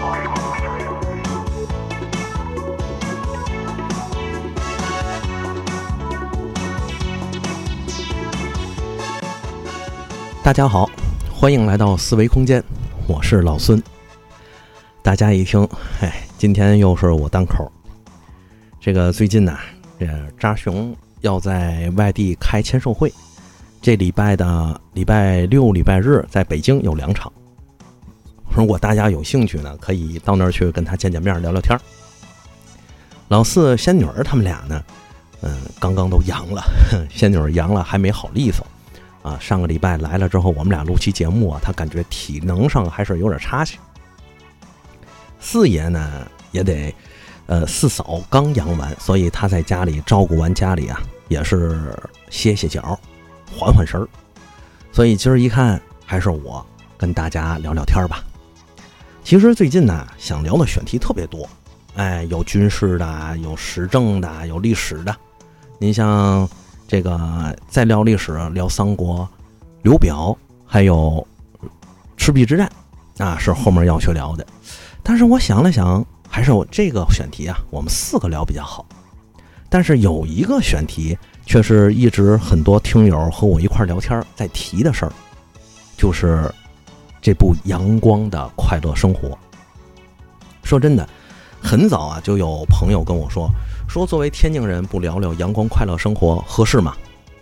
大家好，欢迎来到思维空间，我是老孙。大家一听，今天又是我单口。这个最近呢，这扎熊要在外地开签售会，这礼拜的礼拜六、礼拜日在北京有2场。如果大家有兴趣呢，可以到那儿去跟他见面聊聊天。老四、仙女儿他们俩呢，刚刚都阳了，仙女儿阳了还没好利索。上个礼拜来了之后，我们俩录期节目啊，他感觉体能上还是有点差距。四爷呢也得，四嫂刚养完，所以他在家里照顾完家里啊，也是歇歇脚，缓缓神儿。所以今儿一看，还是我跟大家聊聊天吧。其实最近呢，想聊的选题特别多，有军事的，有时政的，有历史的。您像这个再聊历史，聊三国、刘表，还有赤壁之战啊，是后面要去聊的。但是我想了想，还是我这个选题啊，我们4个聊比较好。但是有一个选题，却是一直很多听友和我一块聊天在提的事儿，就是这部《阳光的快乐生活》。说真的，很早啊就有朋友跟我说作为天津人不聊聊阳光快乐生活合适吗？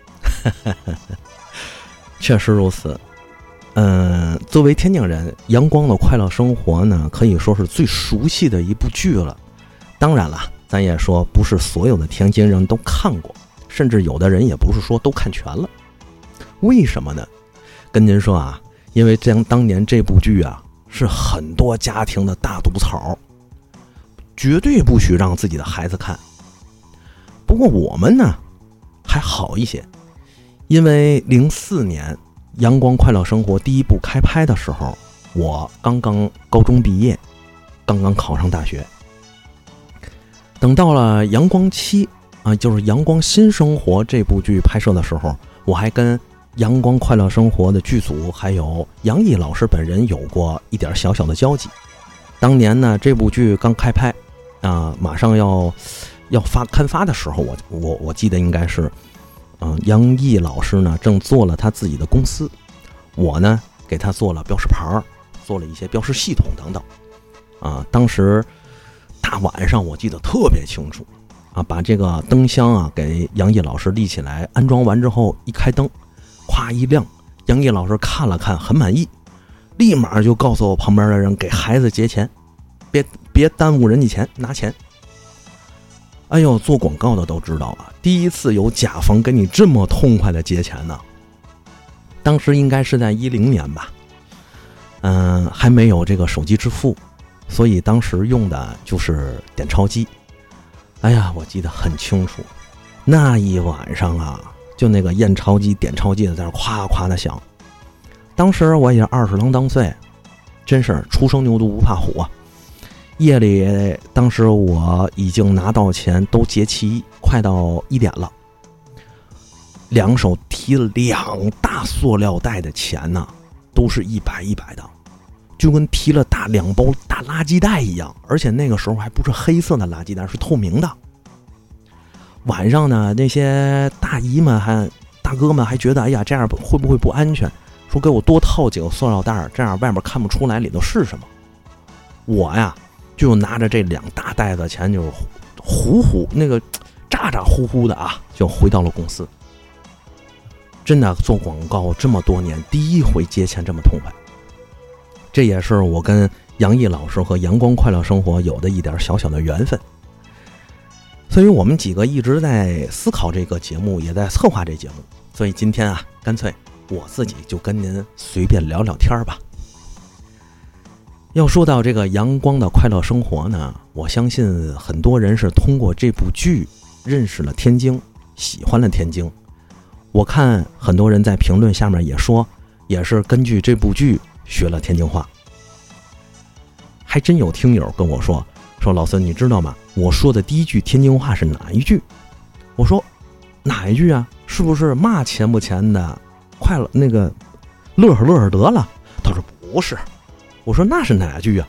确实如此。作为天津人，阳光的快乐生活呢，可以说是最熟悉的一部剧了。当然了，咱也说不是所有的天津人都看过，甚至有的人也不是说都看全了。为什么呢？跟您说啊，因为当年这部剧啊，是很多家庭的大毒草，绝对不许让自己的孩子看。不过我们呢还好一些，因为04年阳光快乐生活第一部开拍的时候，我刚刚高中毕业，刚刚考上大学。等到了阳光7啊，就是阳光新生活这部剧拍摄的时候，我还跟阳光快乐生活的剧组还有杨毅老师本人有过一点小小的交集。当年呢这部剧刚开拍啊，马上要刊发的时候，我记得应该是杨毅老师呢正做了他自己的公司，我呢给他做了标识牌，做了一些标识系统等等当时大晚上我记得特别清楚把这个灯箱啊给杨毅老师立起来，安装完之后一开灯，咵一亮，杨毅老师看了看很满意，立马就告诉我旁边的人给孩子结钱，别耽误人家钱，拿钱。哎呦，做广告的都知道啊，第一次有甲方跟你这么痛快的结钱呢。当时应该是在10年吧，还没有这个手机支付，所以当时用的就是点钞机。哎呀，我记得很清楚，那一晚上啊，就那个验钞机、点钞机的在那夸夸的响。当时我也20郎当岁，真是初生牛犊不怕虎啊。夜里，当时我已经拿到钱，都结齐，快到1点了。2手提了2大塑料袋的钱呢，都是100的，就跟提了2包大垃圾袋一样，而且那个时候还不是黑色的垃圾袋，是透明的。晚上呢，那些大姨们大哥们还觉得，哎呀，这样会不会不安全？说给我多套几个塑料袋，这样外面看不出来里头是什么。我呀，就拿着这2大袋子钱，就是那个咋呼呼的啊，就回到了公司。真的做广告这么多年，第一回结钱这么痛快。这也是我跟杨毅老师和阳光快乐生活有的一点小小的缘分。所以我们几个一直在思考这个节目，也在策划这节目。所以今天啊，干脆我自己就跟您随便聊聊天吧。要说到这个阳光的快乐生活呢，我相信很多人是通过这部剧认识了天津，喜欢了天津。我看很多人在评论下面也说，也是根据这部剧学了天津话。还真有听友跟我说老孙，你知道吗？我说的第一句天津话是哪一句？我说哪一句啊？是不是骂钱不钱的，快乐那个乐呵乐呵得了？他说不是。我说那是哪句啊？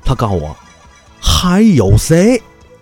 他告诉我还有谁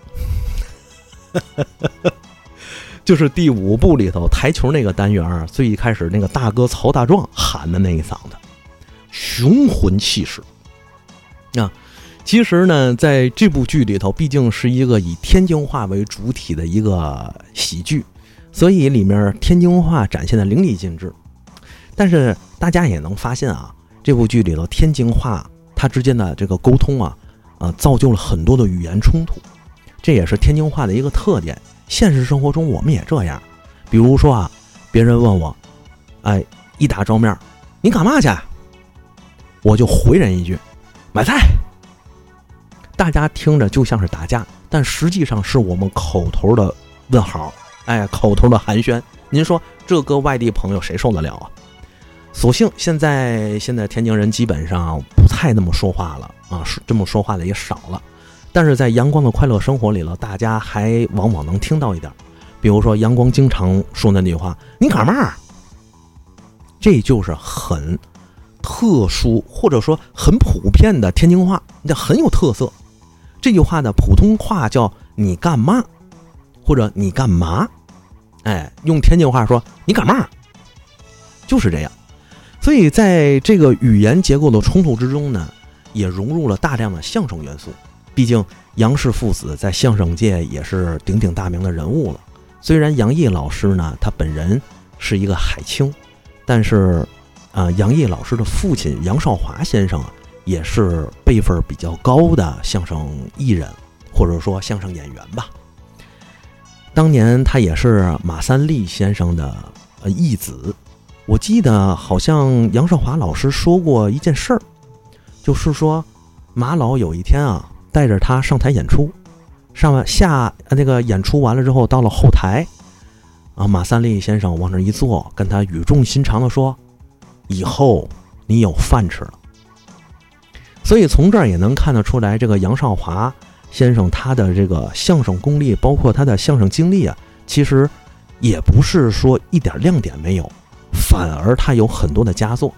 就是第5部里头台球那个单元，最一开始那个大哥曹大壮喊的那一嗓子，雄浑气势其实呢，在这部剧里头，毕竟是一个以天津话为主体的一个喜剧，所以里面天津话展现的淋漓尽致。但是大家也能发现这部剧里头天津话它之间的这个沟通造就了很多的语言冲突，这也是天津话的一个特点。现实生活中我们也这样，比如说别人问我，一打照面，你干嘛去？我就回人一句，买菜。大家听着就像是打架，但实际上是我们口头的问好，口头的寒暄。您说这个外地朋友谁受得了啊？所幸现在天津人基本上不太那么说话了这么说话的也少了。但是在阳光的快乐生活里了，大家还往往能听到一点，比如说阳光经常说那句话，你干嘛？这就是很特殊或者说很普遍的天津话，这很有特色。这句话的普通话叫你干嘛，或者你干嘛，用天津话说你干嘛，就是这样。所以在这个语言结构的冲突之中呢，也融入了大量的相声元素。毕竟杨氏父子在相声界也是鼎鼎大名的人物了。虽然杨毅老师呢，他本人是一个海清，但是杨毅老师的父亲杨少华先生也是辈分比较高的相声艺人，或者说相声演员吧。当年他也是马三立先生的义子。我记得好像杨少华老师说过一件事儿，就是说马老有一天带着他上台演出，那个演出完了之后，到了后台马三立先生往那一坐，跟他语重心长的说，以后你有饭吃了。所以从这儿也能看得出来，这个杨少华先生他的这个相声功力，包括他的相声经历其实也不是说一点亮点没有，反而他有很多的佳作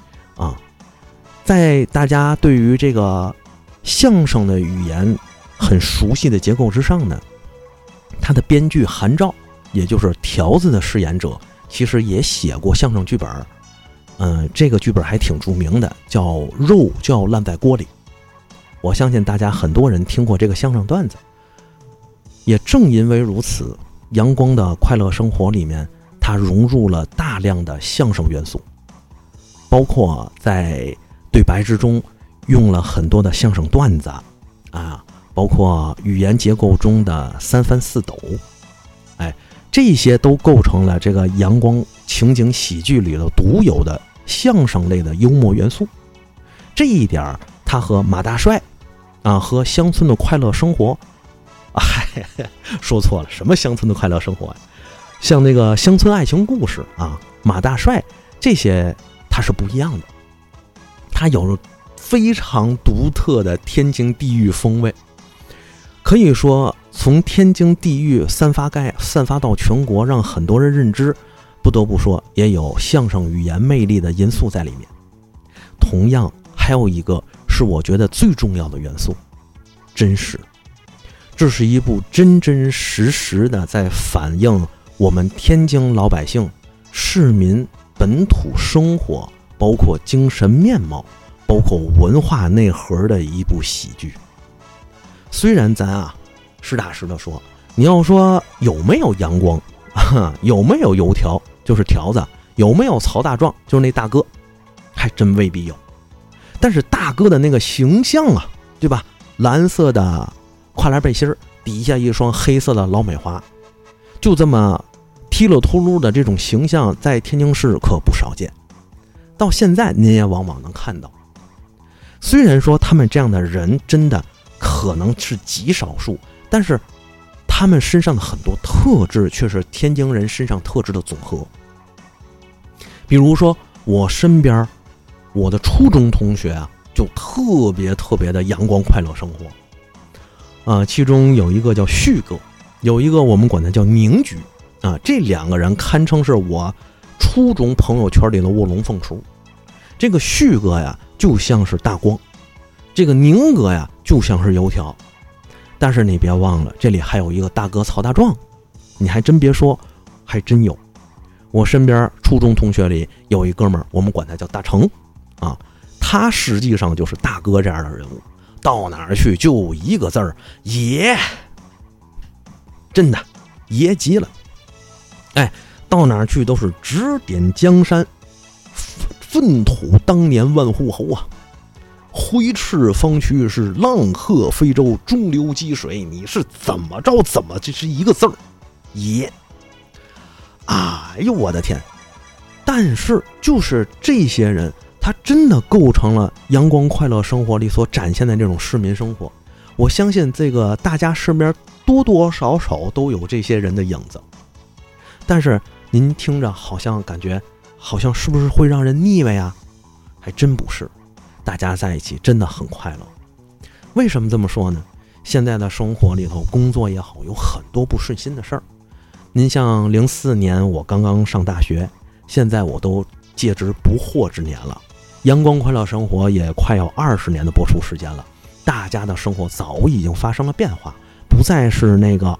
在大家对于这个相声的语言很熟悉的结构之上呢，他的编剧韩照，也就是条子的饰演者，其实也写过相声剧本。这个剧本还挺著名的，叫肉叫烂在锅里。我相信大家很多人听过这个相声段子。也正因为如此，阳光的快乐生活里面，它融入了大量的相声元素，包括在对白之中用了很多的相声段子包括语言结构中的三翻四抖，这些都构成了这个阳光情景喜剧里的独有的相声类的幽默元素。这一点它和马大帅和乡村的快乐生活说错了，什么乡村的快乐生活像那个乡村爱情故事马大帅这些它是不一样的，它有非常独特的天津地域风味。可以说从天津地域散发到全国，让很多人认知，不得不说也有相声语言魅力的因素在里面。同样还有一个是我觉得最重要的元素，真实。这是一部真真实实的在反映我们天津老百姓市民本土生活，包括精神面貌，包括文化内核的一部喜剧。虽然咱实打实的说，你要说有没有阳光有没有油条就是条子，有没有曹大壮就是那大哥，还真未必有。但是大哥的那个形象对吧，蓝色的跨栏背心，底下一双黑色的老美花，就这么踢了秃噜的这种形象，在天津市可不少见，到现在您也往往能看到。虽然说他们这样的人真的可能是极少数，但是他们身上的很多特质却是天津人身上特质的总和。比如说我身边我的初中同学就特别的阳光快乐生活其中有一个叫旭哥，有一个我们管他叫宁局这两个人堪称是我初中朋友圈里的卧龙凤雏。这个旭哥就像是大光， 这个宁哥呀就像是油条。但是你别忘了，这里还有一个大哥曹大壮。你还真别说，还真有。我身边初中同学里有一哥们儿，我们管他叫大成啊，他实际上就是大哥这样的人物，到哪儿去就一个字儿爷，真的爷极了。哎，到哪儿去都是指点江山，粪土当年万户侯啊，挥斥方遒是浪鹤飞舟，中流击水，你是怎么着怎么这是一个字儿爷。哎呦我的天！但是就是这些人，他真的构成了阳光快乐生活里所展现的这种市民生活。我相信这个大家身边多多少少都有这些人的影子。但是您听着好像感觉好像是不是会让人腻歪啊？还真不是，大家在一起真的很快乐。为什么这么说呢？现在的生活里头，工作也好，有很多不顺心的事儿。您像04年我刚刚上大学，现在我都届至不惑之年了，阳光快乐生活也快要20年的播出时间了，大家的生活早已经发生了变化，不再是那个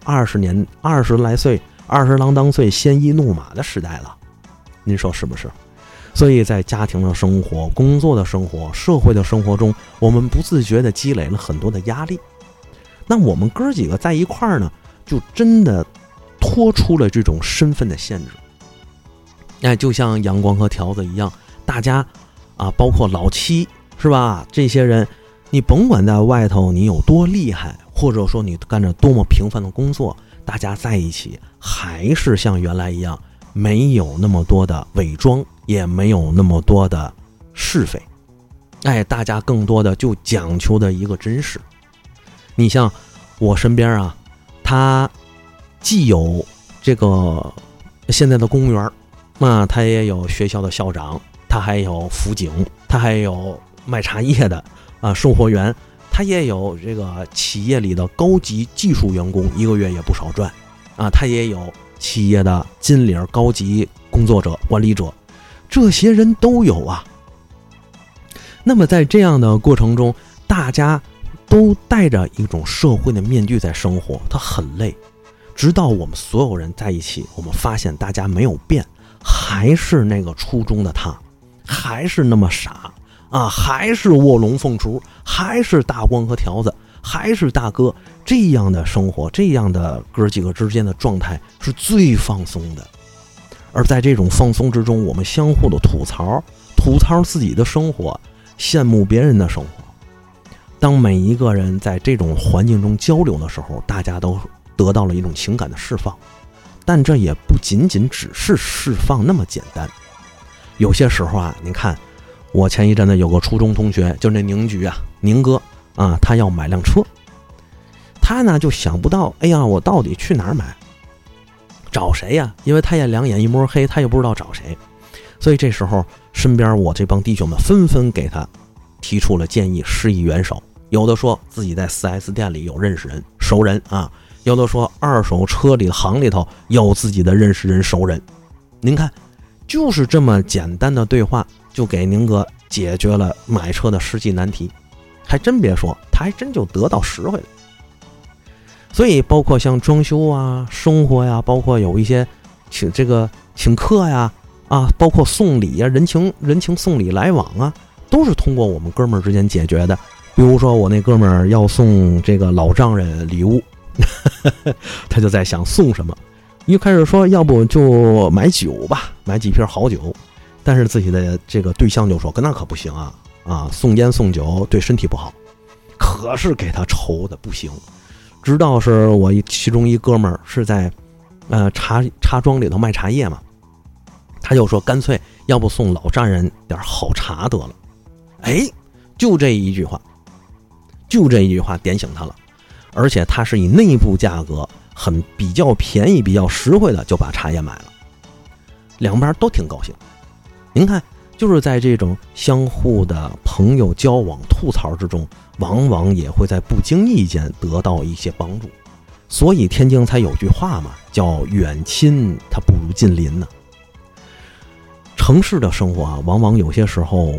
20来岁20郎当岁鲜衣怒马的时代了，您说是不是？所以在家庭的生活、工作的生活、社会的生活中，我们不自觉地积累了很多的压力。那我们哥几个在一块儿呢，就真的脱出了这种身份的限制。哎，就像阳光和条子一样，大家啊，包括老七是吧？这些人，你甭管在外头你有多厉害，或者说你干着多么平凡的工作，大家在一起还是像原来一样，没有那么多的伪装，也没有那么多的是非。哎，大家更多的就讲求的一个真实。你像我身边啊，他既有这个现在的公务员，他也有学校的校长，他还有辅警，他还有卖茶叶的售货员，他也有这个企业里的高级技术员工，一个月也不少赚他也有企业的经理、高级工作者、管理者，这些人都有啊。那么在这样的过程中，大家都戴着一种社会的面具在生活，他很累。直到我们所有人在一起，我们发现大家没有变，还是那个初中的他，还是那么傻还是卧龙凤雏，还是大光和条子，还是大哥，这样的生活，这样的哥几个之间的状态是最放松的。而在这种放松之中，我们相互的吐槽自己的生活，羡慕别人的生活。当每一个人在这种环境中交流的时候，大家都得到了一种情感的释放。但这也不仅仅只是释放那么简单。有些时候你看我前一阵子有个初中同学，就那宁哥他要买辆车，他呢就想不到，哎呀，我到底去哪儿买，找谁呀？因为他也两眼一摸黑，他也不知道找谁。所以这时候身边我这帮弟兄们纷纷给他提出了建议，施以援手。有的说自己在 4S 店里有认识人熟人有的说二手车里的行里头有自己的认识人熟人。您看，就是这么简单的对话，就给宁哥解决了买车的实际难题。还真别说，他还真就得到实惠了。所以包括像装修生活包括有一些请客包括送礼人情送礼来往都是通过我们哥们儿之间解决的。比如说我那哥们儿要送这个老丈人礼物他就在想送什么，一开始说要不就买酒吧，买几瓶好酒，但是自己的这个对象就说那可不行送烟送酒对身体不好，可是给他愁的不行。直到是我其中一哥们儿是在茶庄里头卖茶叶嘛，他就说干脆要不送老丈人点好茶得了。就这一句话点醒他了，而且他是以内部价格比较便宜比较实惠的就把茶叶买了，两边都挺高兴。您看，就是在这种相互的朋友交往吐槽之中，往往也会在不经意间得到一些帮助。所以天津才有句话嘛，叫远亲它不如近邻呢。城市的生活往往有些时候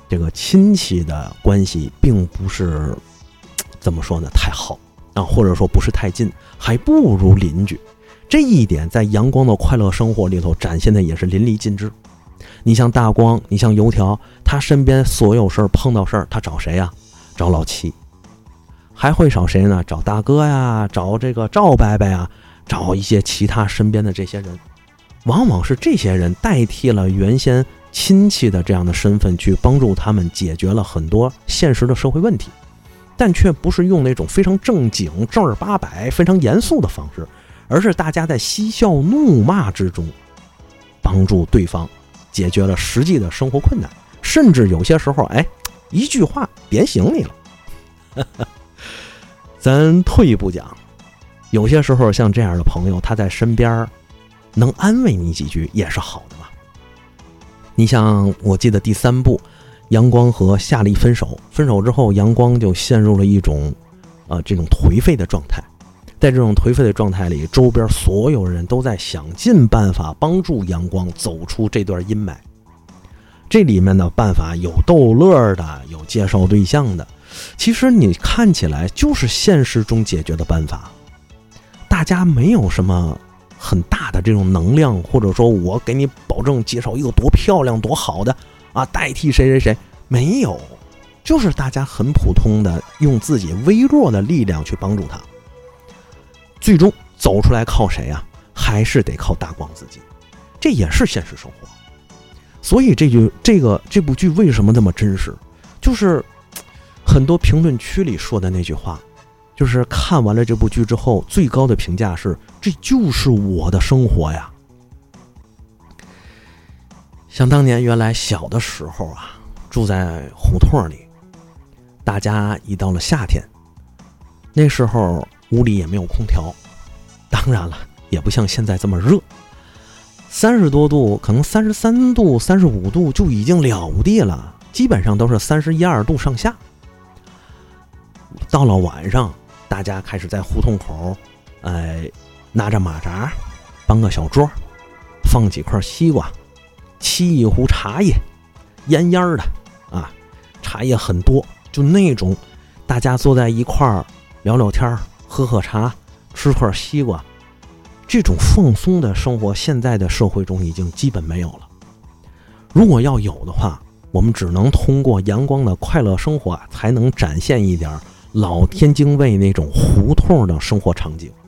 这个亲戚的关系并不是怎么说呢太好啊，或者说不是太近，还不如邻居。这一点在阳光的快乐生活里头展现的也是淋漓尽致。你像大光，你像油条，他身边所有事儿碰到事儿，他找谁呀？找老七。还会找谁呢？找大哥呀，找这个赵伯伯呀，找一些其他身边的这些人。往往是这些人代替了原先亲戚的这样的身份，去帮助他们解决了很多现实的社会问题，但却不是用那种非常正经、正儿八百、非常严肃的方式，而是大家在嬉笑怒骂之中帮助对方解决了实际的生活困难，甚至有些时候一句话点醒你了。咱退一步讲，有些时候像这样的朋友，他在身边能安慰你几句也是好的嘛。你像我记得第3部阳光和夏利分手之后，阳光就陷入了一种这种颓废的状态。在这种颓废的状态里，周边所有人都在想尽办法帮助阳光走出这段阴霾。这里面的办法有逗乐的，有介绍对象的，其实你看起来就是现实中解决的办法。大家没有什么很大的这种能量，或者说我给你保证介绍一个多漂亮多好的代替谁谁谁，没有，就是大家很普通的用自己微弱的力量去帮助他。最终走出来靠谁啊？还是得靠大光自己，这也是现实生活。所以这部剧为什么那么真实？就是很多评论区里说的那句话，就是看完了这部剧之后，最高的评价是这就是我的生活呀。想当年原来小的时候住在胡同里，大家一到了夏天，那时候屋里也没有空调，当然了也不像现在这么热，30多度可能33度35度就已经了不地了，基本上都是31、2度上下。到了晚上，大家开始在胡同口拿着马扎，搬个小桌，放几块西瓜，沏一壶茶叶，烟烟的茶叶很多，就那种大家坐在一块儿聊聊天，喝喝茶，吃块西瓜，这种放松的生活现在的社会中已经基本没有了。如果要有的话，我们只能通过阳光的快乐生活才能展现一点老天津卫那种胡同的生活场景。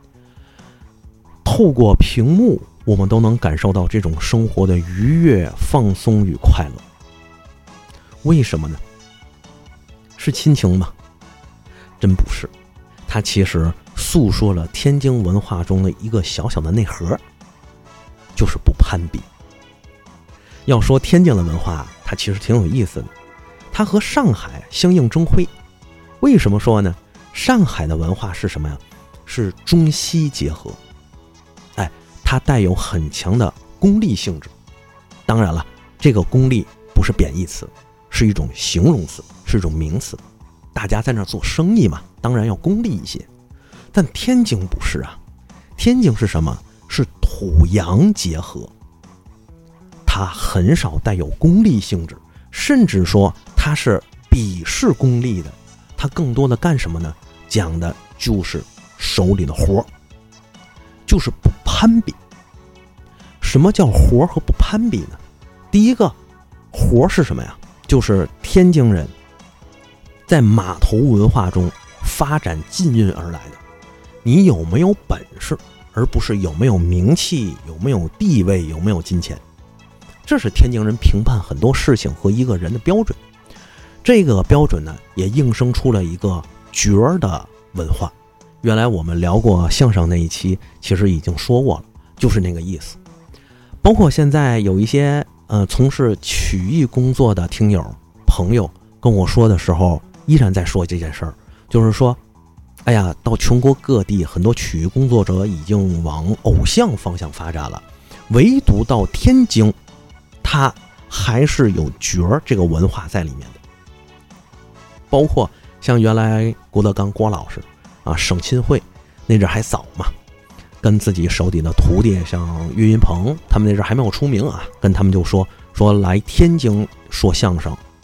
透过屏幕，我们都能感受到这种生活的愉悦、放松与快乐。为什么呢？是亲情吗？真不是，它其实诉说了天津文化中的一个小小的内核，就是不攀比。要说天津的文化，它其实挺有意思的，它和上海相映争辉。为什么说呢？上海的文化是什么呀？是中西结合，它带有很强的功利性质。当然了，这个功利不是贬义词，是一种形容词，是一种名词。大家在那做生意嘛，当然要功利一些。但天津不是啊，天津是什么？是土洋结合，它很少带有功利性质，甚至说它是鄙视功利的。它更多的干什么呢？讲的就是手里的活，就是不攀比。什么叫活和不攀比呢？第一个活是什么呀？就是天津人在码头文化中发展浸润而来的。你有没有本事，而不是有没有名气，有没有地位，有没有金钱。这是天津人评判很多事情和一个人的标准。这个标准呢，也映生出了一个角儿的文化。原来我们聊过相声那一期，其实已经说过了，就是那个意思。包括现在有一些从事曲艺工作的听友朋友跟我说的时候，依然在说这件事儿，就是说到全国各地很多曲艺工作者已经往偶像方向发展了，唯独到天津它还是有角儿这个文化在里面的。包括像原来郭德纲郭老师省亲会那阵还早嘛，跟自己手底的徒弟像岳云鹏他们那阵还没有出名跟他们就说来天津说相声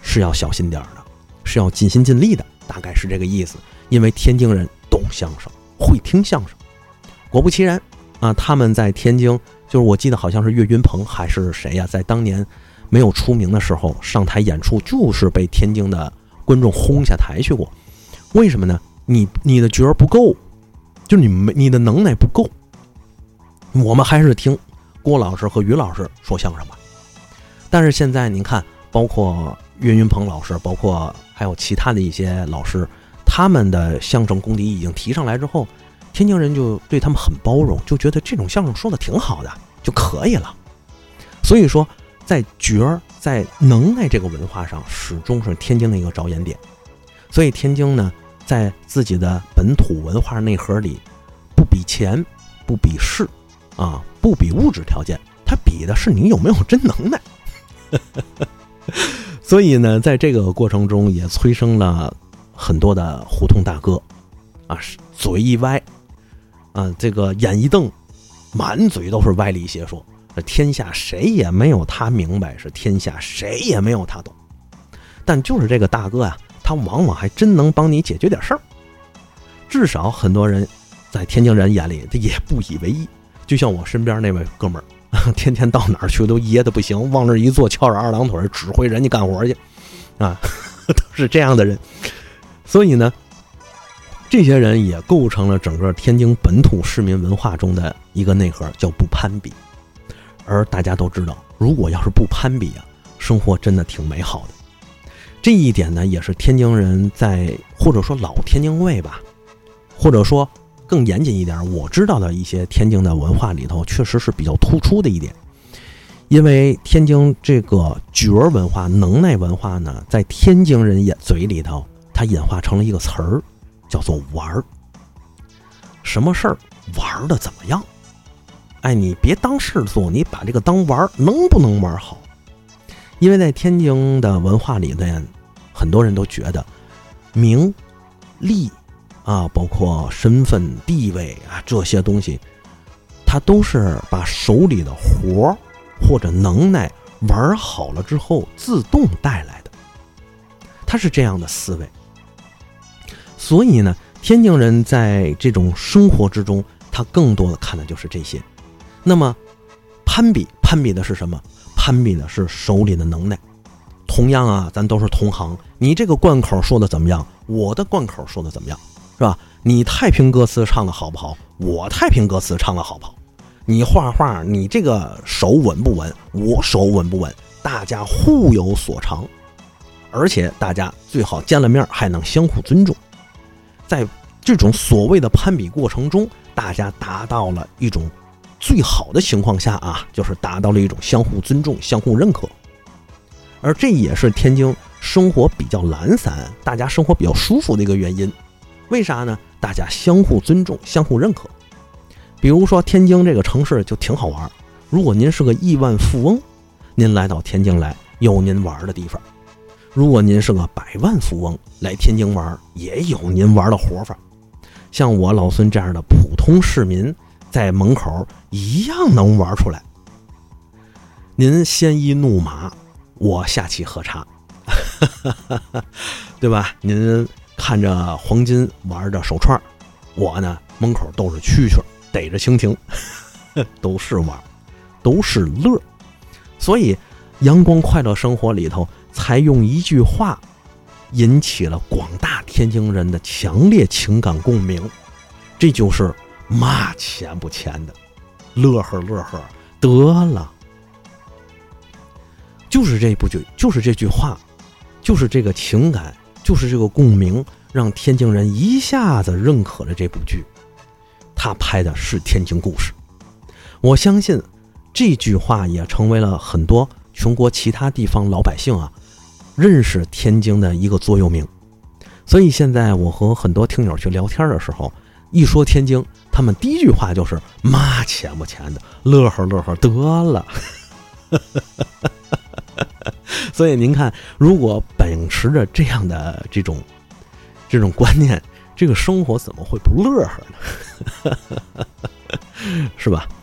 是要小心点的，是要尽心尽力的，大概是这个意思。因为天津人懂相声，会听相声。果不其然啊，他们在天津，就是我记得好像是岳云鹏还是谁呀，在当年没有出名的时候上台演出，就是被天津的观众轰下台去过。为什么呢？你的角儿不够，就你的能耐不够。我们还是听郭老师和于老师说相声吧。但是现在您看，包括岳云鹏老师，包括还有其他的一些老师，他们的相声功底已经提上来之后，天津人就对他们很包容，就觉得这种相声说的挺好的就可以了。所以说在角儿在能耐这个文化上始终是天津的一个着眼点。所以天津呢，在自己的本土文化内核里，不比钱，不比势啊，不比物质条件，它比的是你有没有真能耐。所以呢，在这个过程中也催生了很多的胡同大哥啊，嘴一歪啊，这个眼一瞪，满嘴都是歪理邪说，天下谁也没有他明白，是天下谁也没有他懂。但就是这个大哥啊，他往往还真能帮你解决点事儿。至少很多人在天津人眼里他也不以为意。就像我身边那位哥们儿，天天到哪儿去都噎得不行，往那儿一坐，翘着二郎腿指挥人家干活去啊，都是这样的人。所以呢，这些人也构成了整个天津本土市民文化中的一个内核，叫不攀比。而大家都知道，如果要是不攀比啊，生活真的挺美好的。这一点呢，也是天津人在，或者说老天津卫吧，或者说更严谨一点，我知道的一些天津的文化里头，确实是比较突出的一点。因为天津这个角儿文化、能耐文化呢，在天津人嘴里头，它演化成了一个词儿，叫做玩儿。什么事儿玩的怎么样？哎，你别当事做，你把这个当玩，能不能玩好？因为在天津的文化里面，很多人都觉得名利啊，包括身份地位啊，这些东西，它都是把手里的活或者能耐玩好了之后自动带来的，它是这样的思维。所以呢，天津人在这种生活之中，他更多的看的就是这些。那么攀比的是什么？攀比的是手里的能耐。同样啊，咱都是同行，你这个贯口说的怎么样，我的贯口说的怎么样，是吧？你太平歌词唱的好不好，我太平歌词唱的好不好？你画画，你这个手稳不稳，我手稳不稳，大家互有所长，而且大家最好见了面还能相互尊重。在这种所谓的攀比过程中，大家达到了一种最好的情况下啊，就是达到了一种相互尊重、相互认可。而这也是天津生活比较懒散，大家生活比较舒服的一个原因。为啥呢？大家相互尊重、相互认可。比如说天津这个城市就挺好玩，如果您是个亿万富翁，您来到天津来，有您玩的地方；如果您是个百万富翁，来天津玩，也有您玩的活法。像我老孙这样的普通市民，在门口一样能玩出来。您鲜衣怒马，我下棋喝茶，对吧？您看着黄金玩着手串，我呢门口都是蛐蛐逮着蜻蜓，都是玩，都是乐。所以阳光快乐生活里头才用一句话引起了广大天津人的强烈情感共鸣，这就是嘛钱不钱的，乐呵乐呵得了。就是这部剧，就是这句话，就是这个情感，就是这个共鸣，让天津人一下子认可了这部剧。他拍的是天津故事，我相信这句话也成为了很多全国其他地方老百姓啊认识天津的一个座右铭。所以现在我和很多听友去聊天的时候，一说天津，他们第一句话就是嘛钱不钱的，乐呵乐呵得了。所以您看，如果秉持着这样的这种观念，这个生活怎么会不乐呵呢？是吧？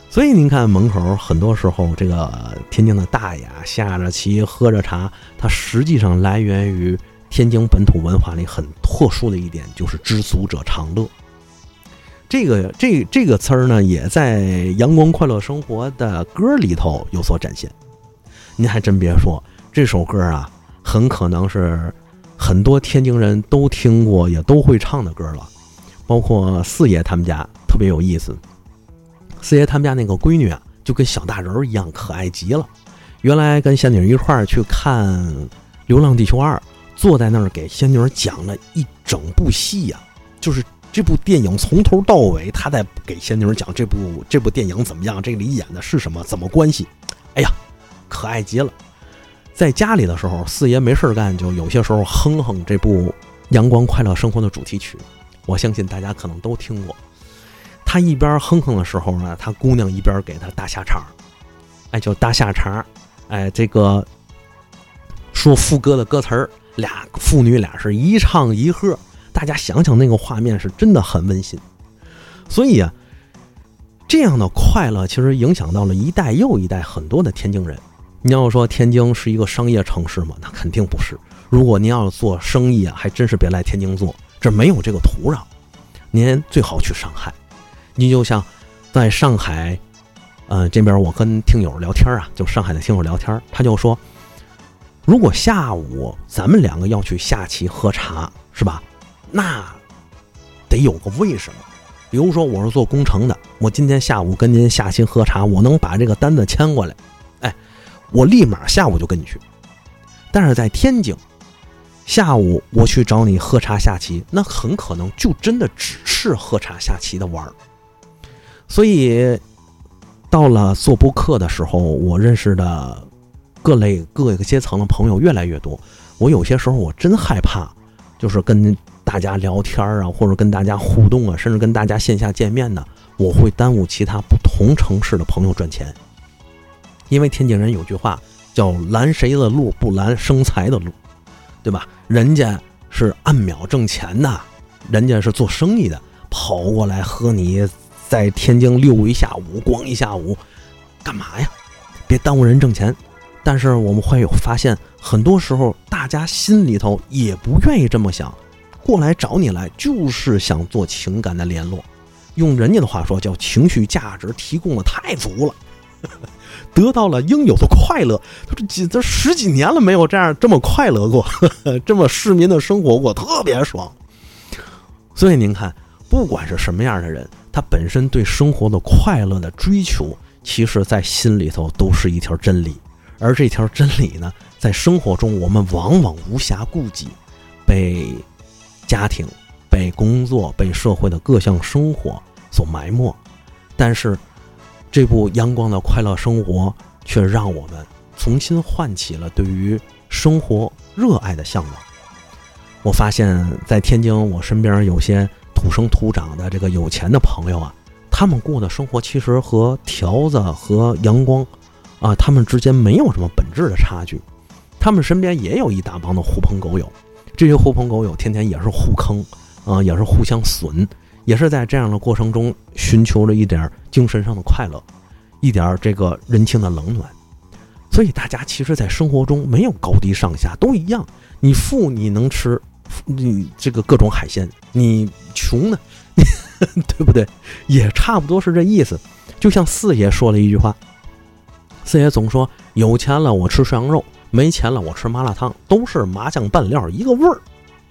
所以您看门口很多时候这个天津的大爷下着棋喝着茶，它实际上来源于天津本土文化里很特殊的一点，就是知足者常乐。这个词儿呢，也在阳光快乐生活的歌里头有所展现。您还真别说，这首歌啊，很可能是很多天津人都听过也都会唱的歌了。包括四爷他们家特别有意思，四爷他们家那个闺女啊，就跟小大人一样可爱极了。原来跟仙女一块儿去看《流浪地球2》，坐在那儿给仙女讲了一整部戏呀，就是这部电影从头到尾，他在给仙女讲这部电影怎么样，这里演的是什么，怎么关系。哎呀，可爱极了。在家里的时候，四爷没事干，就有些时候哼哼这部《阳光快乐生活》的主题曲，我相信大家可能都听过。他一边哼哼的时候呢，他姑娘一边给他搭下茬，就搭下茬，这个说副歌的歌词儿，父女俩是一唱一和，大家想想那个画面是真的很温馨。所以啊，这样的快乐其实影响到了一代又一代很多的天津人。你要说天津是一个商业城市吗？那肯定不是。如果您要做生意啊，还真是别来天津做，这没有这个土壤。您最好去上海。你就像在上海，这边我跟听友聊天啊，就上海的听友聊天，他就说，如果下午咱们两个要去下棋喝茶，是吧？那得有个为什么。比如说我是做工程的，我今天下午跟您下棋喝茶，我能把这个单子签过来，我立马下午就跟你去。但是在天津，下午我去找你喝茶下棋，那很可能就真的只是喝茶下棋的玩儿。所以到了做播客的时候，我认识的各个阶层的朋友越来越多。我有些时候我真害怕，就是跟大家聊天啊，或者跟大家互动啊，甚至跟大家线下见面呢，我会耽误其他不同城市的朋友赚钱。因为天津人有句话叫拦谁的路不拦生财的路，对吧？人家是按秒挣钱的，人家是做生意的，跑过来和你在天津溜一下午逛一下午干嘛呀？别耽误人挣钱。但是我们会有发现，很多时候大家心里头也不愿意这么想，过来找你来就是想做情感的联络，用人家的话说叫情绪价值提供的太足了，得到了应有的快乐。这十几年了没有这么快乐过，这么市民的生活过，特别爽。所以您看，不管是什么样的人，他本身对生活的快乐的追求，其实在心里头都是一条真理。而这条真理呢，在生活中我们往往无暇顾及，被家庭、被工作、被社会的各项生活所埋没。但是这部阳光的快乐生活却让我们重新唤起了对于生活热爱的向往。我发现在天津，我身边有些土生土长的这个有钱的朋友啊，他们过的生活其实和条子和阳光啊，他们之间没有什么本质的差距。他们身边也有一大帮的狐朋狗友，这些狐朋狗友天天也是互坑啊，也是互相损，也是在这样的过程中寻求了一点精神上的快乐，一点这个人情的冷暖。所以大家其实在生活中没有高低上下，都一样。你富你能吃你这个各种海鲜，你穷呢对不对？也差不多是这意思。就像四爷说了一句话，四爷总说有钱了我吃涮羊肉，没钱了我吃麻辣烫，都是麻酱拌料一个味儿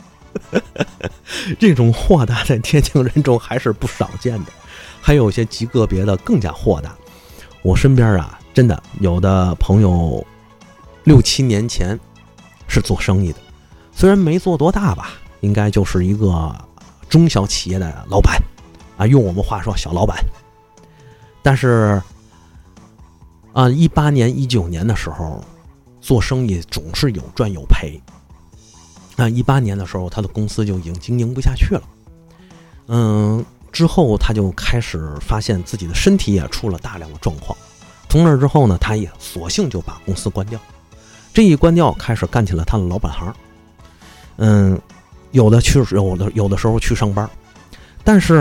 这种豁达在天津人中还是不少见的，还有一些极个别的更加豁达。我身边啊，真的有的朋友6、7年前是做生意的，虽然没做多大吧，应该就是一个中小企业的老板啊，用我们话说小老板。但是18年、19年的时候，做生意总是有赚有赔。18年的时候，他的公司就已经经营不下去了。之后他就开始发现自己的身体也出了大量的状况。从那之后呢，他也索性就把公司关掉。这一关掉，开始干起了他的老本行。有的时候去上班，但是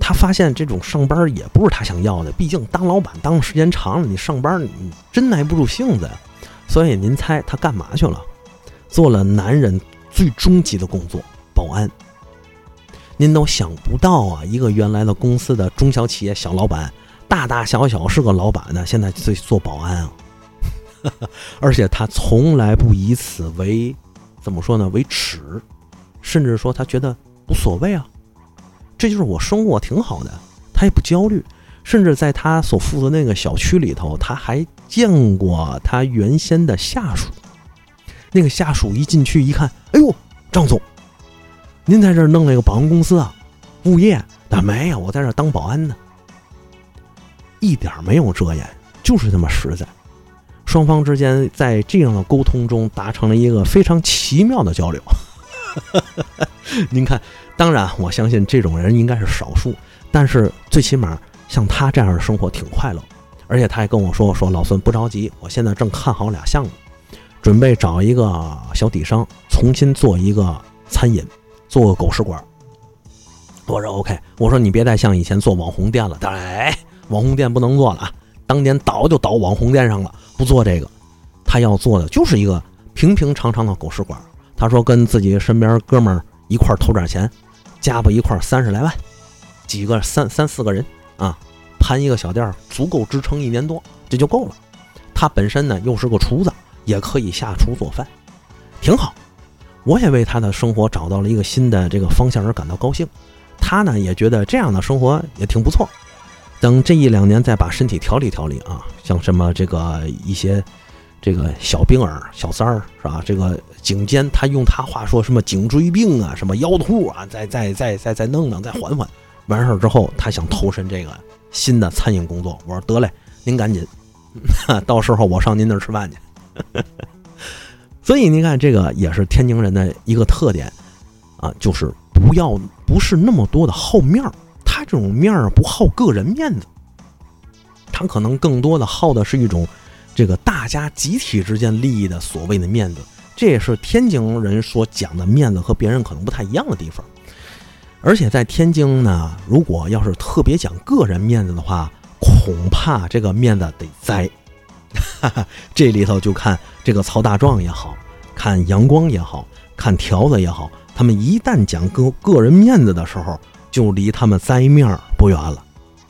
他发现这种上班也不是他想要的，毕竟当老板当时间长了，你上班你真耐不住性子呀。所以您猜他干嘛去了？做了男人最终极的工作，保安。您都想不到啊，一个原来的公司的中小企业小老板，大大小小是个老板呢，现在去做保安啊。而且他从来不以此为怎么说呢，为耻，甚至说他觉得无所谓啊，这就是我生活挺好的，他也不焦虑。甚至在他所负责那个小区里头，他还见过他原先的下属。那个下属一进去一看，哎呦，张总，您在这儿弄了一个保安公司啊？物业？但没有，我在这儿当保安呢。一点没有遮掩，就是这么实在。双方之间在这样的沟通中达成了一个非常奇妙的交流。您看，当然我相信这种人应该是少数，但是最起码像他这样的生活挺快乐。而且他还跟我说老孙不着急，我现在正看好俩项目，准备找一个小底商重新做一个餐饮，做个狗食馆。我说 OK， 我说你别再像以前做网红店了，当然网红店不能做了啊，当年倒就倒网红店上了，不做这个。他要做的就是一个平平常常的狗食馆。他说跟自己身边哥们儿一块投点钱，加吧一块30来万，几个三四个人啊，盘一个小店足够支撑1年多，这就够了。他本身呢又是个厨子，也可以下厨做饭，挺好。我也为他的生活找到了一个新的这个方向而感到高兴。他呢也觉得这样的生活也挺不错。等这1、2年再把身体调理调理啊，像什么这个一些这个小病儿、小三儿是吧？这个颈肩，他用他话说什么颈椎病啊，什么腰突啊，再弄弄，再缓缓。完事儿之后，他想投身这个新的餐饮工作。我说得嘞，您赶紧，到时候我上您那儿吃饭去。所以您看，这个也是天津人的一个特点啊，就是不是那么多的好面儿。他这种面儿不好个人面子，他可能更多的好的是一种这个大家集体之间利益的所谓的面子。这也是天津人所讲的面子和别人可能不太一样的地方。而且在天津呢，如果要是特别讲个人面子的话，恐怕这个面子得栽。这里头就看这个曹大壮也好，看阳光也好，看条子也好，他们一旦讲个人面子的时候，就离他们栽面不远了。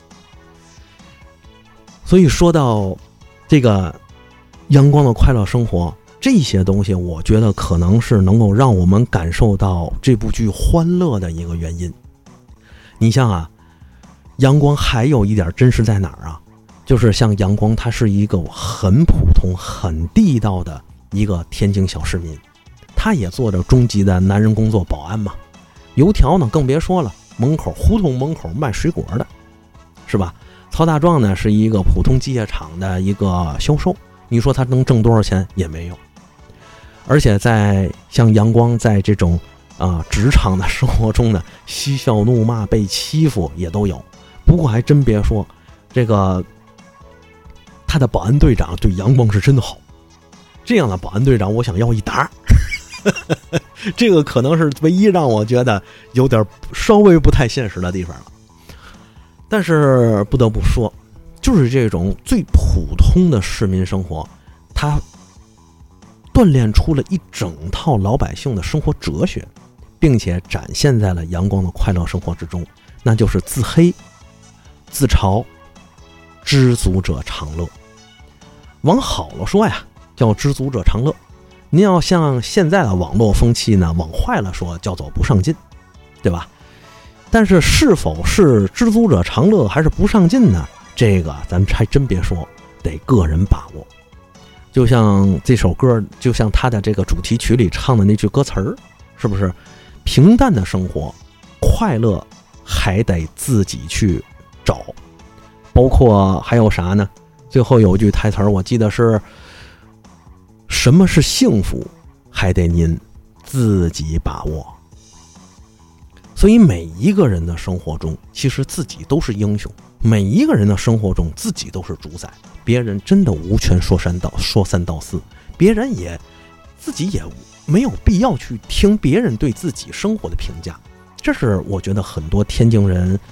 所以说到这个阳光的快乐生活，这些东西我觉得可能是能够让我们感受到这部剧欢乐的一个原因。你像啊，阳光还有一点真实在哪儿啊？就是像阳光，他是一个很普通很地道的一个天津小市民，他也做着中级的男人工作，保安嘛。油条呢更别说了，胡同门口卖水果的，是吧？曹大壮呢是一个普通机械厂的一个销售，你说他能挣多少钱也没有。而且在像阳光在这种职场的生活中呢，嬉笑怒骂被欺负也都有。不过还真别说，这个他的保安队长对阳光是真的好，这样的保安队长我想要一打。这个可能是唯一让我觉得有点稍微不太现实的地方了。但是不得不说，就是这种最普通的市民生活，它锻炼出了一整套老百姓的生活哲学，并且展现在了阳光的快乐生活之中，那就是自黑、自嘲，知足者常乐。往好了说呀，叫知足者常乐。您要像现在的网络风气呢，往坏了说叫做不上进，对吧？但是是否是知足者常乐还是不上进呢？这个咱还真别说，得个人把握。就像这首歌，就像他的这个主题曲里唱的那句歌词儿，是不是？平淡的生活，快乐还得自己去找。包括还有啥呢？最后有一句台词儿，我记得是什么是幸福，还得您自己把握。所以每一个人的生活中，其实自己都是英雄，每一个人的生活中自己都是主宰，别人真的无权说三道四，别人也自己也没有必要去听别人对自己生活的评价。这是我觉得很多天津人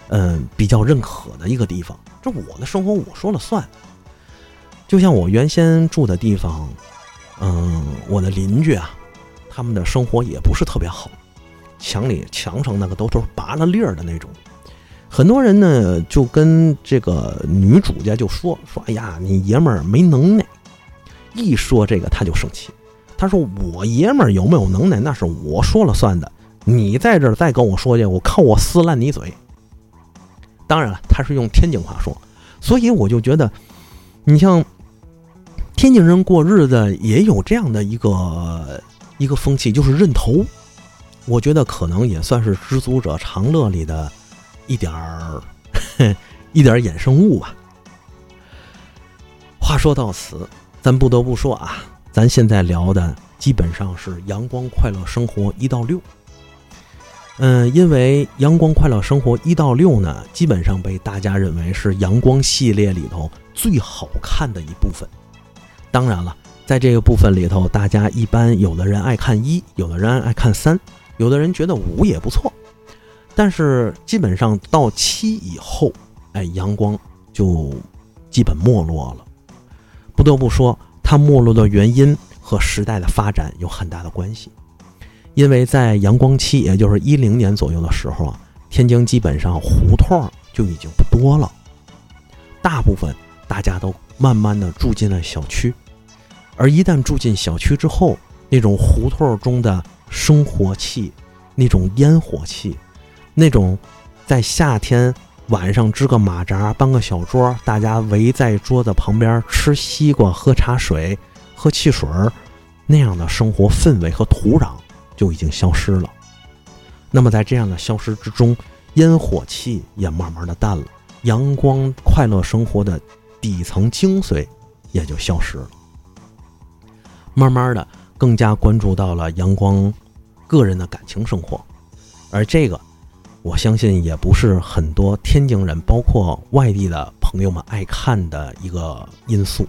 比较认可的一个地方。这我的生活我说了算。就像我原先住的地方，我的邻居啊，他们的生活也不是特别好，墙上那个都是拔了粒儿的那种。很多人呢就跟这个女主家就说哎呀，你爷们儿没能耐。一说这个他就生气，他说我爷们儿有没有能耐那是我说了算的，你在这儿再跟我说去，我靠我撕烂你嘴。当然了，他是用天津话说，所以我就觉得你像天津人过日子也有这样的一个风气，就是认头。我觉得可能也算是知足者常乐里的一点衍生物吧。话说到此，咱不得不说啊，咱现在聊的基本上是阳光快乐生活1到6。因为阳光快乐生活1到6呢，基本上被大家认为是阳光系列里头最好看的一部分。当然了，在这个部分里头，大家一般有的人爱看1，有的人爱看3，有的人觉得5也不错。但是基本上到7以后，阳光就基本没落了。不得不说，它没落的原因和时代的发展有很大的关系。因为在阳光期，也就是10年左右的时候啊，天津基本上胡同就已经不多了，大部分大家都慢慢的住进了小区。而一旦住进小区之后，那种胡同中的生活气，那种烟火气，那种在夏天晚上支个马扎搬个小桌，大家围在桌子旁边吃西瓜喝茶水喝汽水，那样的生活氛围和土壤就已经消失了。那么在这样的消失之中，烟火气也慢慢的淡了，阳光快乐生活的底层精髓也就消失了。慢慢的更加关注到了阳光个人的感情生活，而这个我相信也不是很多天津人包括外地的朋友们爱看的一个因素。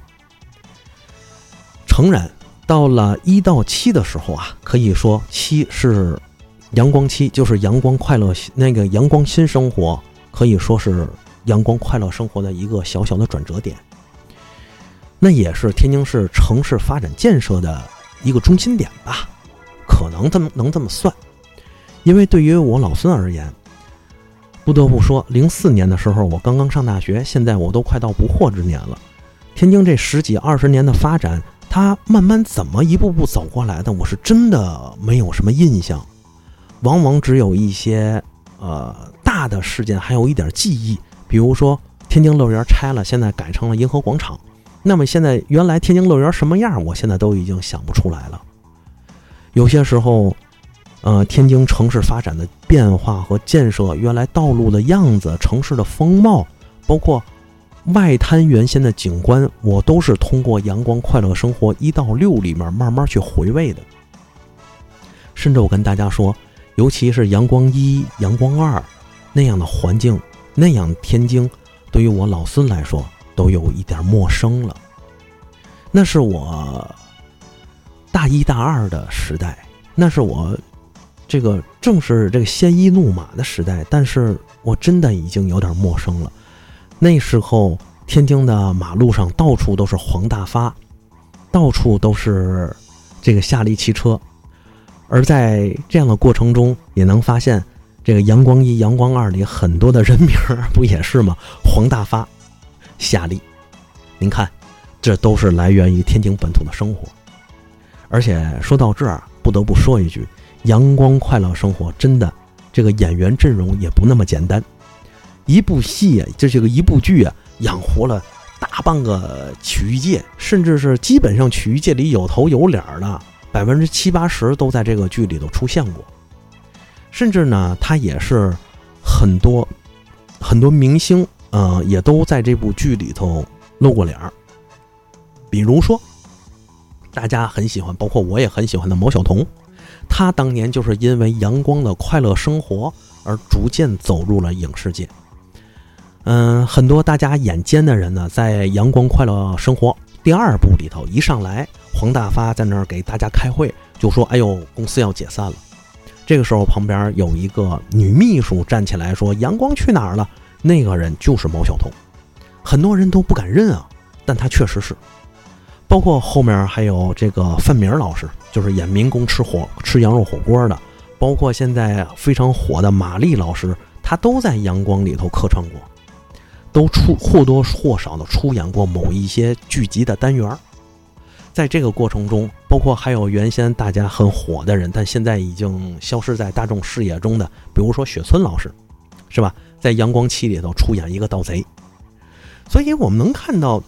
诚然，到了1到7的时候啊，可以说7是阳光期，就是阳光快乐那个阳光新生活，可以说是阳光快乐生活的一个小小的转折点。那也是天津市城市发展建设的一个中心点吧，可能能这么算。因为对于我老孙而言，不得不说04年的时候我刚刚上大学，现在我都快到不惑之年了。天津这10几20年的发展，它慢慢怎么一步步走过来的，我是真的没有什么印象，往往只有一些大的事件还有一点记忆。比如说天津乐园拆了，现在改成了银河广场，那么现在原来天津乐园什么样，我现在都已经想不出来了。有些时候天津城市发展的变化和建设，原来道路的样子，城市的风貌，包括外滩原先的景观，我都是通过阳光快乐生活1到6里面慢慢去回味的。甚至我跟大家说，尤其是阳光1、阳光2那样的环境，那样天津对于我老孙来说都有一点陌生了。那是我大1大2的时代，那是我这个正是这个鲜衣怒马的时代，但是我真的已经有点陌生了。那时候天津的马路上到处都是黄大发，到处都是这个夏利汽车，而在这样的过程中也能发现这个阳光1、阳光2里很多的人名不也是吗？黄大发、夏利，您看这都是来源于天津本土的生活。而且说到这儿，不得不说一句，阳光快乐生活真的这个演员阵容也不那么简单。一部戏这个一部剧啊，养活了大半个曲艺界，甚至是基本上曲艺界里有头有脸的70%、80%都在这个剧里头出现过。甚至呢，他也是很多明星也都在这部剧里头露过脸。比如说大家很喜欢，包括我也很喜欢的毛晓彤，他当年就是因为阳光的快乐生活而逐渐走入了影视界。很多大家眼尖的人呢，在阳光快乐生活第2部里头，一上来黄大发在那儿给大家开会，就说哎呦公司要解散了。 这个时候旁边有一个女秘书站起来说阳光去哪儿了，那个人就是毛晓彤。很多人都不敢认啊，但他确实是。包括后面还有这个范明老师，就是演民工吃羊肉火锅的，包括现在非常火的马丽老师，他都在阳光里头客串过，都或多或少的出演过某一些剧集的单元。在这个过程中，包括还有原先大家很火的人，但现在已经消失在大众视野中的，比如说雪村老师，是吧？在阳光7里头出演一个盗贼。所以我们能看到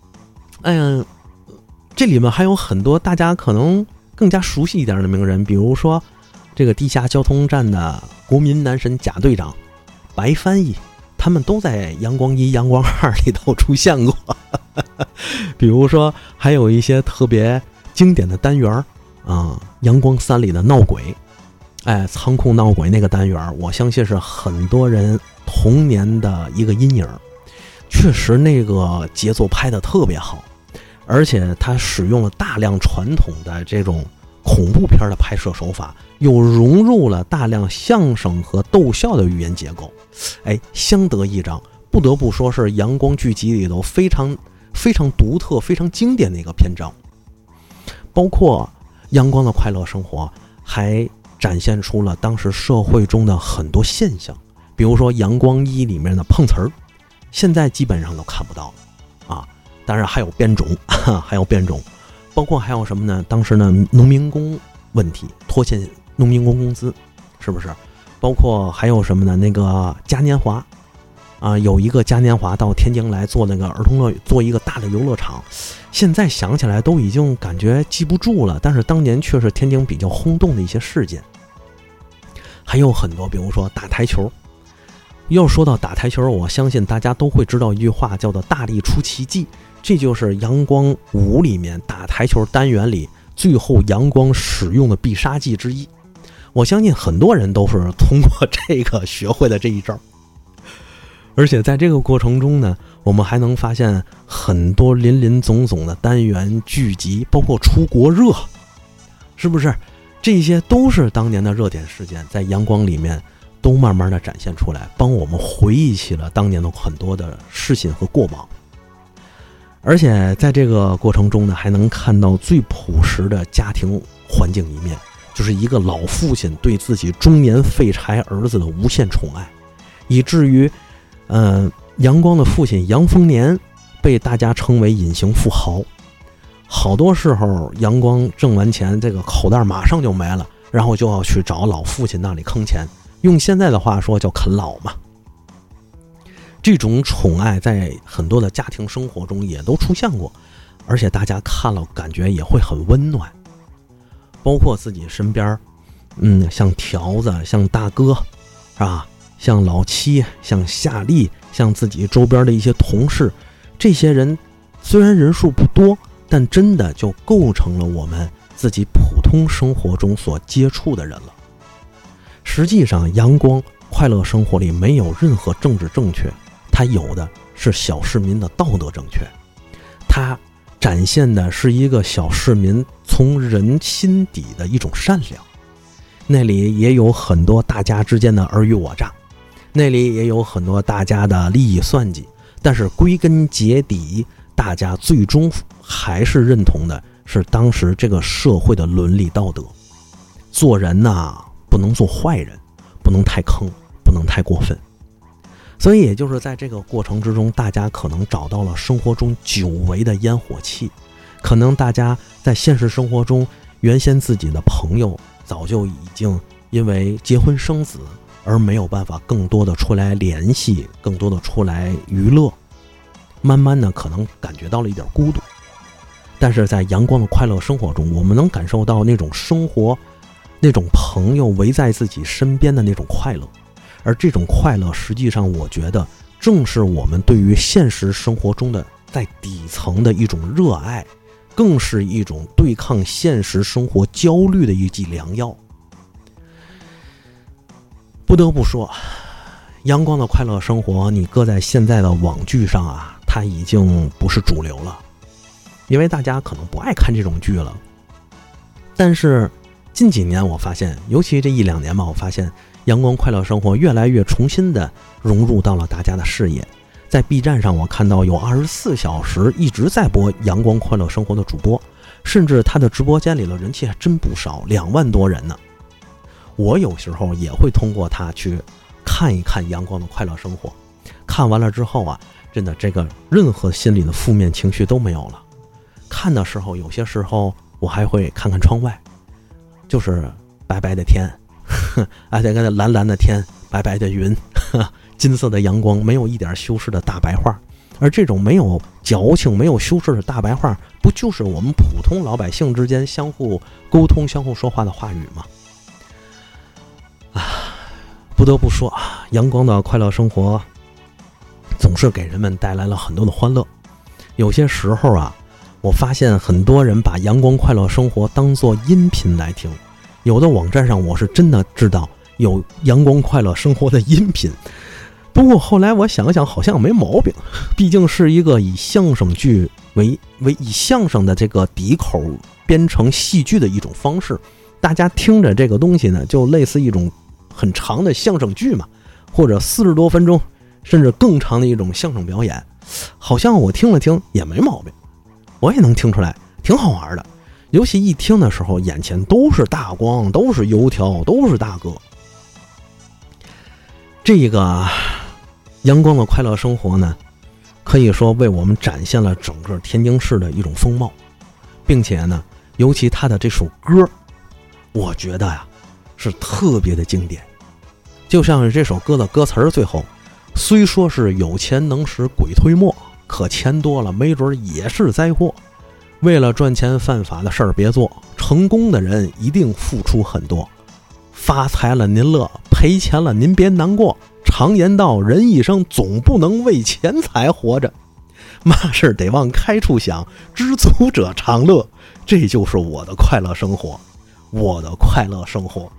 这里面还有很多大家可能更加熟悉一点的名人，比如说这个地下交通站的国民男神贾队长、白翻译，他们都在阳光1、阳光2里头出现过。比如说还有一些特别经典的单元阳光3里的闹鬼，仓库闹鬼那个单元，我相信是很多人童年的一个阴影。确实那个节奏拍得特别好，而且他使用了大量传统的这种恐怖片的拍摄手法，又融入了大量相声和逗笑的语言结构，相得益彰。不得不说是阳光剧集里头非常非常独特、非常经典的一个篇章。包括阳光的快乐生活还展现出了当时社会中的很多现象，比如说阳光1里面的碰瓷儿，现在基本上都看不到了当然还有变种包括还有什么呢？当时呢农民工问题，拖欠农民工工资，是不是？包括还有什么呢？那个嘉年华有一个嘉年华到天津来做那个儿童乐，做一个大的游乐场，现在想起来都已经感觉记不住了，但是当年却是天津比较轰动的一些事件。还有很多，比如说打台球。要说到打台球，我相信大家都会知道一句话，叫做大力出奇迹。这就是阳光5里面打台球单元里最后阳光使用的必杀技之一。我相信很多人都是通过这个学会的这一招。而且在这个过程中呢，我们还能发现很多林林总总的单元剧集，包括出国热，是不是？这些都是当年的热点事件，在阳光里面都慢慢的展现出来，帮我们回忆起了当年的很多的事情和过往。而且在这个过程中呢，还能看到最朴实的家庭环境一面，就是一个老父亲对自己中年废柴儿子的无限宠爱，以至于阳光的父亲杨丰年被大家称为隐形富豪。好多时候阳光挣完钱，这个口袋马上就没了，然后就要去找老父亲那里坑钱，用现在的话说叫啃老嘛。这种宠爱在很多的家庭生活中也都出现过，而且大家看了感觉也会很温暖。包括自己身边像条子，像大哥像老七，像夏利，像自己周边的一些同事，这些人虽然人数不多，但真的就构成了我们自己普通生活中所接触的人了。实际上阳光快乐生活里没有任何政治正确，它有的是小市民的道德正确，它展现的是一个小市民从人心底的一种善良。那里也有很多大家之间的尔虞我诈，那里也有很多大家的利益算计，但是归根结底，大家最终还是认同的是当时这个社会的伦理道德。做人不能做坏人，不能太坑，不能太过分。所以也就是在这个过程之中，大家可能找到了生活中久违的烟火气，可能大家在现实生活中原先自己的朋友早就已经因为结婚生子而没有办法更多的出来联系，更多的出来娱乐，慢慢的可能感觉到了一点孤独。但是在阳光的快乐生活中，我们能感受到那种生活，那种朋友围在自己身边的那种快乐。而这种快乐实际上我觉得正是我们对于现实生活中的在底层的一种热爱，更是一种对抗现实生活焦虑的一剂良药。不得不说，阳光的快乐生活你搁在现在的网剧上它已经不是主流了，因为大家可能不爱看这种剧了。但是近几年我发现，尤其这1-2年吧，我发现阳光快乐生活越来越重新的融入到了大家的视野。在 B 站上我看到有24小时一直在播阳光快乐生活的主播，甚至他的直播间里的人气还真不少，2万多人呢。我有时候也会通过他去看一看阳光的快乐生活，看完了之后啊，真的这个任何心理的负面情绪都没有了。看的时候，有些时候我还会看看窗外，就是白白的天，这个蓝蓝的天，白白的云，金色的阳光，没有一点修饰的大白话。而这种没有矫情、没有修饰的大白话，不就是我们普通老百姓之间相互沟通、相互说话的话语吗？不得不说啊，阳光的快乐生活总是给人们带来了很多的欢乐。有些时候啊，我发现很多人把阳光快乐生活当作音频来听，有的网站上我是真的知道有阳光快乐生活的音频，不过后来我想想好像没毛病，毕竟是一个以相声剧为以相声的这个底口编成戏剧的一种方式，大家听着这个东西呢，就类似一种很长的相声剧嘛，或者40多分钟甚至更长的一种相声表演，好像我听了听也没毛病，我也能听出来挺好玩的。尤其一听的时候，眼前都是大光，都是油条，都是大哥。这个阳光的快乐生活呢，可以说为我们展现了整个天津市的一种风貌，并且呢，尤其他的这首歌，我觉得呀，是特别的经典。就像是这首歌的歌词最后，虽说是有钱能使鬼推磨，可钱多了没准也是灾祸。为了赚钱犯法的事儿别做，成功的人一定付出很多。发财了您乐，赔钱了您别难过。常言道，人一生总不能为钱财活着，嘛事得往开处想，知足者常乐。这就是我的快乐生活，我的快乐生活。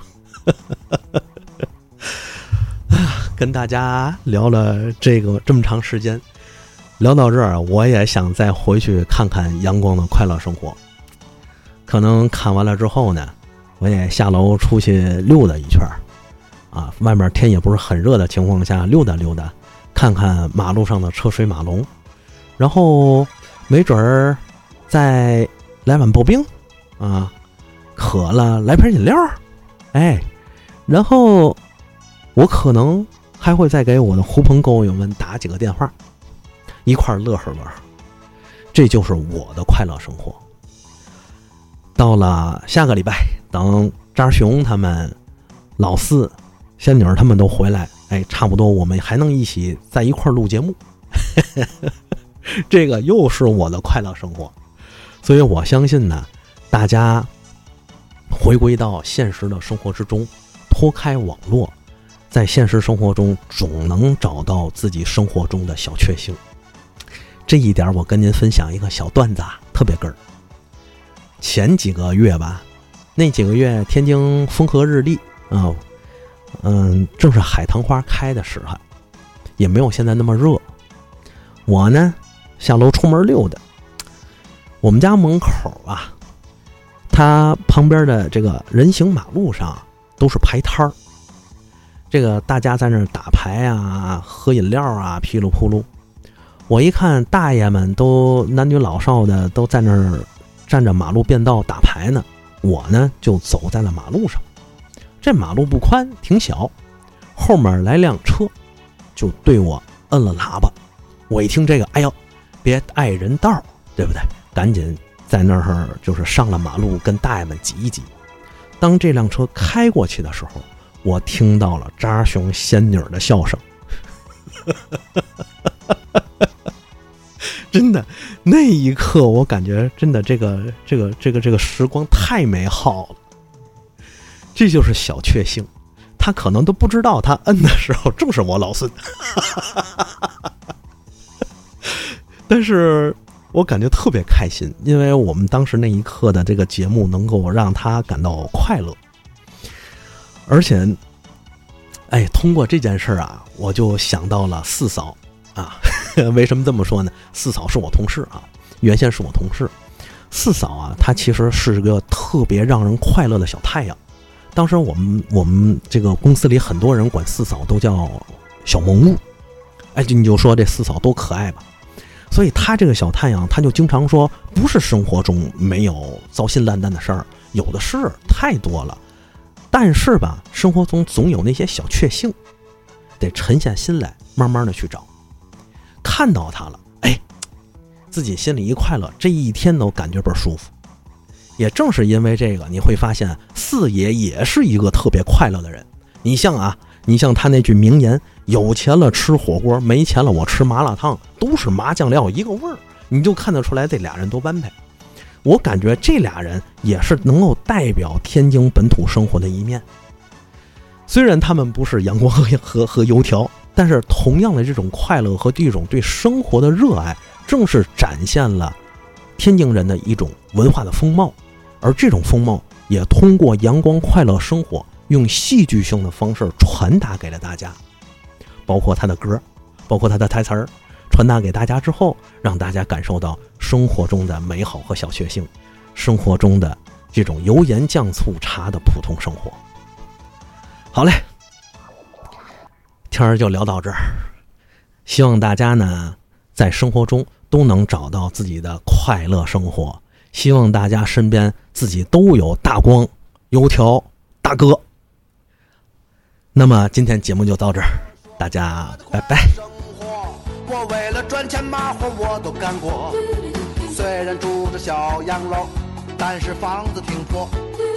跟大家聊了这么长时间，聊到这儿，我也想再回去看看阳光的快乐生活。可能看完了之后呢，我也下楼出去溜达一圈啊，外面天也不是很热的情况下溜达溜达，看看马路上的车水马龙，然后没准儿再来碗刨冰啊，渴了来瓶饮料，然后我可能还会再给我的狐朋狗友们打几个电话，一块乐呵乐呵。这就是我的快乐生活。到了下个礼拜，等扎熊他们、老四、仙女他们都回来，差不多我们还能一起在一块录节目。这个又是我的快乐生活。所以我相信呢，大家回归到现实的生活之中，脱开网络，在现实生活中总能找到自己生活中的小确幸。这一点我跟您分享一个小段子，特别哏儿。前几个月吧，那几个月天津风和日丽啊，正是海棠花开的时候，也没有现在那么热。我呢下楼出门溜达，我们家门口啊，它旁边的这个人行马路上都是牌摊儿，这个大家在那儿打牌啊、喝饮料啊，噼里扑噜。我一看大爷们都男女老少的都在那儿站着马路便道打牌呢，我呢就走在了马路上。这马路不宽，挺小，后面来辆车，就对我摁了喇叭。我一听这个，哎呦，别碍人道，对不对？赶紧在那儿就是上了马路，跟大爷们挤一挤。当这辆车开过去的时候，我听到了扎熊仙女的笑声。真的，那一刻我感觉真的这个时光太美好了。这就是小确幸，他可能都不知道他摁的时候正是我老孙。但是我感觉特别开心，因为我们当时那一刻的这个节目能够让他感到快乐。而且通过这件事啊，我就想到了四嫂啊。为什么这么说呢？四嫂是我同事啊，原先是我同事。 四嫂啊，她其实是个特别让人快乐的小太阳。当时我们这个公司里很多人管四嫂都叫小萌物，哎，你就说这四嫂多可爱吧。所以她这个小太阳，她就经常说，不是生活中没有糟心烂蛋的事儿，有的是，太多了。但是吧，生活中总有那些小确幸，得沉下心来，慢慢的去找。看到它了，哎，自己心里一快乐，这一天都感觉倍儿舒服。也正是因为这个，你会发现四爷也是一个特别快乐的人。你像他那句名言，有钱了吃火锅，没钱了我吃麻辣烫，都是麻酱料一个味儿，你就看得出来这俩人多般配。我感觉这俩人也是能够代表天津本土生活的一面。虽然他们不是阳光和油条，但是同样的这种快乐和这种对生活的热爱，正是展现了天津人的一种文化的风貌。而这种风貌也通过阳光快乐生活，用戏剧性的方式传达给了大家，包括他的歌，包括他的台词儿，传达给大家之后，让大家感受到生活中的美好和小确幸，生活中的这种油盐酱醋茶的普通生活。好嘞，天儿就聊到这儿，希望大家呢在生活中都能找到自己的快乐生活，希望大家身边自己都有大光、油条、大哥。那么今天节目就到这儿，大家拜拜。 我为了赚钱马虎我都干过，虽然住着小洋楼，但是房子挺破。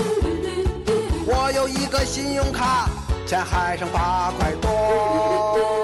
我有一个信用卡，钱还剩8块多。